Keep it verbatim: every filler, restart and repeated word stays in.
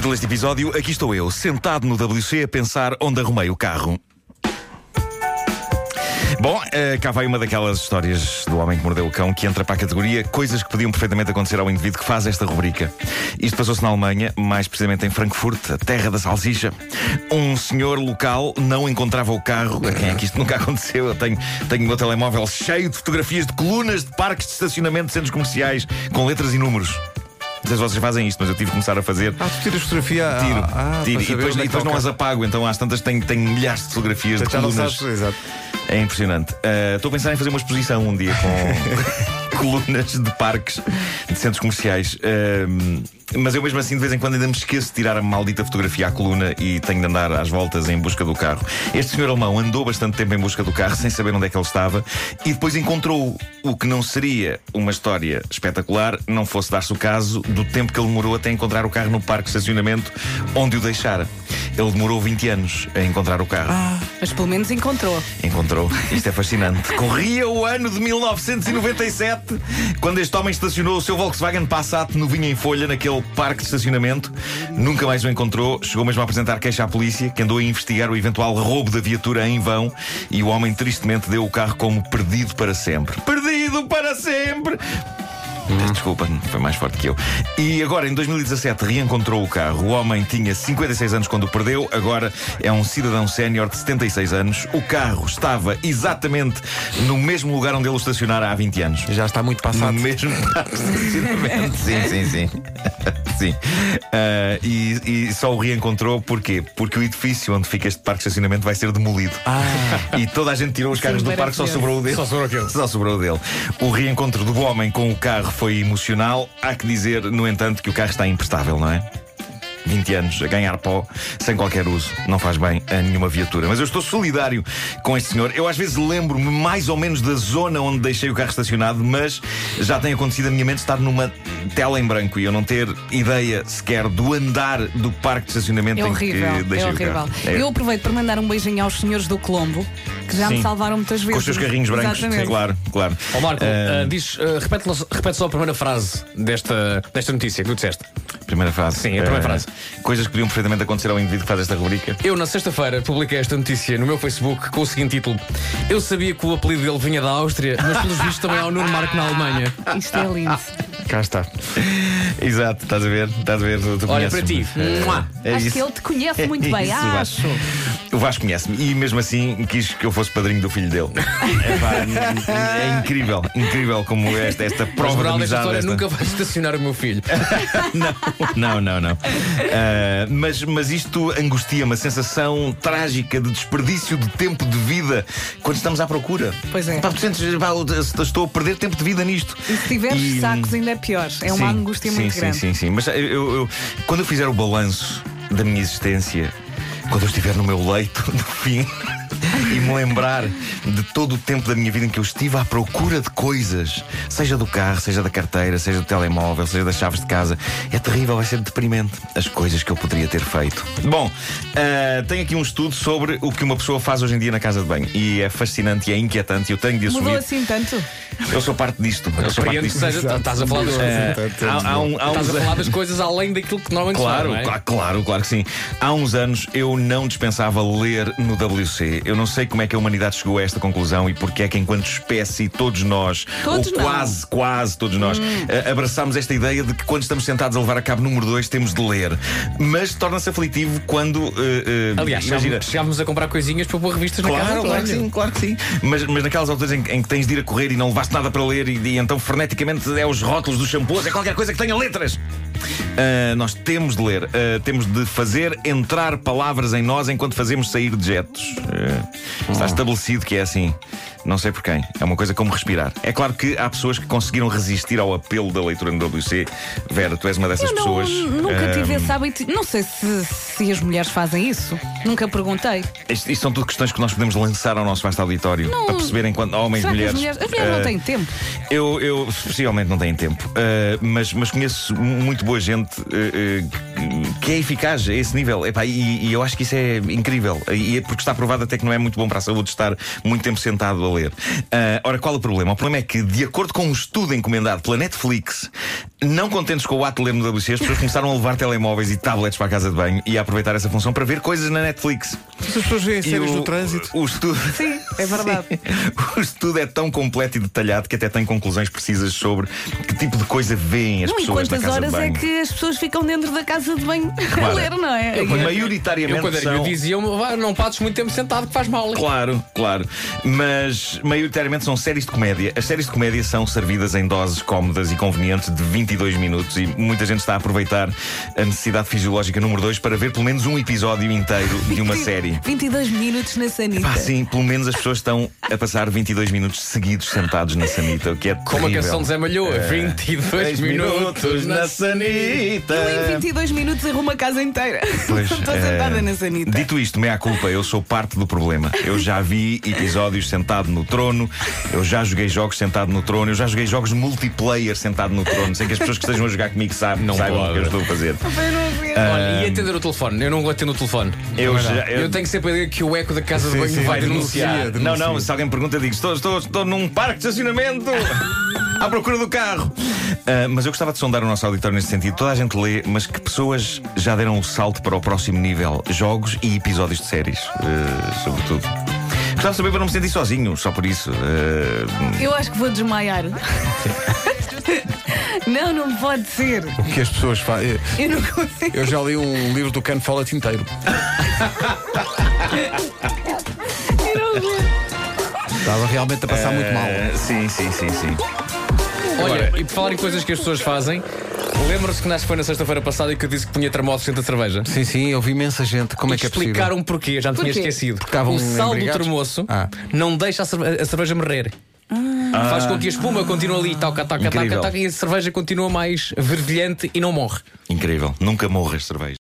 Título deste episódio: aqui estou eu, sentado no W C a pensar onde arrumei o carro. Bom, uh, cá vai uma daquelas histórias do homem que mordeu o cão, que entra para a categoria coisas que podiam perfeitamente acontecer ao indivíduo que faz esta rubrica. Isto passou-se na Alemanha, mais precisamente em Frankfurt, a terra da salsicha. Um senhor local não encontrava o carro. A quem é que isto nunca aconteceu? Eu tenho, tenho o meu telemóvel cheio de fotografias de colunas de parques de estacionamento de centros comerciais com letras e números. Não sei se vocês fazem isto, mas eu tive que começar a fazer. Ah, tu tiras fotografia? Tiro, ah, tiro. Ah, E depois, e depois não as apago, então às tantas tenho, tenho milhares de fotografias de colunas. Exato. É impressionante. Uh, estou a pensar em fazer uma exposição um dia com colunas de parques de centros comerciais. Uh, mas eu mesmo assim de vez em quando ainda me esqueço de tirar a maldita fotografia à coluna e tenho de andar às voltas em busca do carro. Este senhor alemão andou bastante tempo em busca do carro sem saber onde é que ele estava e depois encontrou o que não seria uma história espetacular, não fosse dar-se o caso do tempo que ele demorou até encontrar o carro no parque de estacionamento onde o deixara. Ele demorou vinte anos a encontrar o carro. Ah, mas pelo menos encontrou. Encontrou. Isto é fascinante. Corria o ano de mil novecentos e noventa e sete, quando este homem estacionou o seu Volkswagen Passat novinho em folha naquele parque de estacionamento. Nunca mais o encontrou. Chegou mesmo a apresentar queixa à polícia, que andou a investigar o eventual roubo da viatura em vão. E o homem tristemente deu o carro como perdido para sempre. Perdido para sempre! Peço desculpa, foi mais forte que eu. E agora, em dois mil e dezassete, reencontrou o carro. O homem tinha cinquenta e seis anos quando o perdeu. Agora é um cidadão sénior de setenta e seis anos. O carro estava exatamente no mesmo lugar onde ele o estacionara há vinte anos. Já está muito passado. No mesmo parque de estacionamento. Sim, sim, sim. Sim. Uh, e, e só o reencontrou porquê? Porque o edifício onde fica este parque de estacionamento vai ser demolido. Ah. E toda a gente tirou os carros Sim, do parque, só sobrou o dele. Só sobrou aquele. Só sobrou o dele. O reencontro do homem com o carro foi emocional. Há que dizer, no entanto, que o carro está imprestável, não é? vinte anos a ganhar pó sem qualquer uso. Não faz bem a nenhuma viatura. Mas eu estou solidário com este senhor. Eu às vezes lembro-me mais ou menos da zona onde deixei o carro estacionado, mas já tem acontecido a minha mente estar numa tela em branco e eu não ter ideia sequer do andar do parque de estacionamento É em horrível, que deixei é o horrível. carro. É. Eu aproveito para mandar um beijinho aos senhores do Colombo, que já Sim. me salvaram muitas vezes. Com os seus carrinhos brancos. Exatamente. Sim, claro, claro. Ó Marco, Ah, uh, diz, uh, repete, repete só a primeira frase desta, desta notícia que tu disseste. Primeira frase. Sim, a primeira Ah, frase. Coisas que podiam perfeitamente acontecer ao indivíduo que faz esta rubrica. Eu, na sexta-feira, publiquei esta notícia no meu Facebook com o seguinte título: eu sabia que o apelido dele vinha da Áustria, mas pelos vistos também há o Nuno Marco na Alemanha. Isto é lindo. Cá está. Exato, estás a ver? Estás a ver? Tu, tu Olha, conheces-me. para ti. Mua. É Acho isso. que ele te conhece É muito bem, isso, Vasco. acho. O Vasco conhece-me e mesmo assim quis que eu fosse padrinho do filho dele. É, pá, é incrível, incrível como esta, esta Mas prova de moral desta amizade. história, Esta... nunca vai estacionar o meu filho. Não, não, não. Uh, mas, mas isto angustia-me, a sensação trágica de desperdício de tempo de vida quando estamos à procura. Pois é. Pá, tu sentes, pá, eu estou a perder tempo de vida nisto. E se tiveres E- sacos ainda é pior. É uma Sim, angústia sim, muito sim, grande. Sim, sim, Mas eu, eu- quando eu fizer o balanço da minha existência, quando eu estiver no meu leito no fim e me lembrar de todo o tempo da minha vida em que eu estive à procura de coisas, seja do carro, seja da carteira, seja do telemóvel, seja das chaves de casa, é terrível, vai ser deprimente as coisas que eu poderia ter feito. Bom, uh, tenho aqui um estudo sobre o que uma pessoa faz hoje em dia na casa de banho e é fascinante e é inquietante e eu tenho de assumir. Mudou assim tanto? Eu sou parte disto. Eu sou parte Compreendo que disto. seja, estás a falar das coisas. Uh, há, há um, há Estás uns a falar das coisas além daquilo que normalmente Claro, se faz, não é? claro, claro, claro que sim. Há uns anos eu não dispensava ler no W C. Eu não sei como é que a humanidade chegou a esta conclusão e porque é que, enquanto espécie, todos nós, Todos ou não. quase, quase todos nós, eh, abraçámos esta ideia de que quando estamos sentados a levar a cabo número dois temos de ler. Mas torna-se aflitivo quando. eh, eh, Aliás, imagina. chegávamos, chegávamos a comprar coisinhas para pôr revistas na casa. Claro, claro que sim, claro que sim. Mas, mas naquelas alturas em, em que tens de ir a correr e não levaste nada para ler e, e então freneticamente é os rótulos dos shampoos, é qualquer coisa que tenha letras. Ah, nós temos de ler, ah, temos de fazer entrar palavras em nós enquanto fazemos sair dejetos. Ah, está estabelecido que é assim. Não sei por quem. É uma coisa como respirar. É claro que há pessoas que conseguiram resistir ao apelo da leitura no W C. Vera, tu és uma dessas Eu não, pessoas. nunca Ah, tive esse hábito. Não sei se, se as mulheres fazem isso. Nunca perguntei. Isto, isto são tudo questões que nós podemos lançar ao nosso vasto auditório Não. para perceberem quando homens e Será que mulheres. as mulheres, as mulheres ah, não têm tempo? Eu, eu possivelmente não tenho tempo, uh, mas, mas conheço muito boa gente uh, uh, que é eficaz a esse nível. Epá, e, e eu acho que isso é incrível. E é porque está provado até que não é muito bom para a saúde estar muito tempo sentado a a ler. Uh, ora, qual o problema? O problema é que, de acordo com um estudo encomendado pela Netflix, não contentes com o ato de ler no W C, as pessoas começaram a levar telemóveis e tablets para a casa de banho e a aproveitar essa função para ver coisas na Netflix. As pessoas veem E séries o, no trânsito. O estudo, Sim, é verdade. Sim. O estudo é tão completo e detalhado que até tem conclusões precisas sobre que tipo de coisa veem as Não, e pessoas na quantas casa de horas é banho. que as pessoas ficam dentro da casa de banho a Claro. ler, não é? Eu, quando- Maioritariamente Eu, quando era são... eu dizia, não passes muito tempo sentado que faz mal. Claro, claro. Mas maioritariamente são séries de comédia. As séries de comédia são servidas em doses cómodas e convenientes de vinte e dois minutos e muita gente está a aproveitar a necessidade fisiológica número dois para ver pelo menos um episódio inteiro de uma série. vinte e dois minutos na sanita. Pá, sim, pelo menos as pessoas estão a passar vinte e dois minutos seguidos sentados na sanita, o que é Como a terrível. canção de Zé Malhoa, vinte e dois minutos na sanita. Eu em vinte e dois minutos arrumo a casa inteira. Pois, Estou eh, sentada na sanita. Dito isto, meia culpa, eu sou parte do problema. Eu já vi episódios sentado no trono, eu já joguei jogos sentado no trono, eu já joguei jogos multiplayer sentado no trono, sem que as pessoas que estejam a jogar comigo saibam, Não saibam o pode. que eu estou a fazer. Olha, e atender o telefone? Eu não atendo o telefone. Eu já. Eu Eu... tenho sempre a ideia que o eco da casa de Sim, banho sim, vai vai denunciar. denunciar. Não, não, se alguém pergunta, eu digo: estou, estou, estou num parque de estacionamento à procura do carro. Ah, mas eu gostava de sondar o nosso auditório neste sentido. Toda a gente lê, mas que pessoas já deram o salto para o próximo nível? Jogos e episódios de séries, ah, sobretudo. Gostava de saber para não me sentir sozinho, só por isso. Ah, Eu acho que vou desmaiar. Não, não pode ser. O que as pessoas fazem. Eu não consigo. Eu já li um livro do Ken Follett inteiro. Eu não aguento. Estava realmente a passar muito mal. ah, sim, sim, sim, sim. Olha, e por falar em coisas que as pessoas fazem, lembra-se que nas- foi na sexta-feira passada e que eu disse que punha termossos dentro da cerveja? Sim, sim, eu vi imensa gente. Como é que é possível? Explicaram porquê, já me tinha Porquê? esquecido. estavam O sal do embriagados? termoço Ah. não deixa a, cerve- a cerveja morrer. Faz com que a espuma continue ali, toca, toca, toca, Incrível. toca, e a cerveja continua mais fervilhante e não morre. Incrível. Nunca morras, cerveja.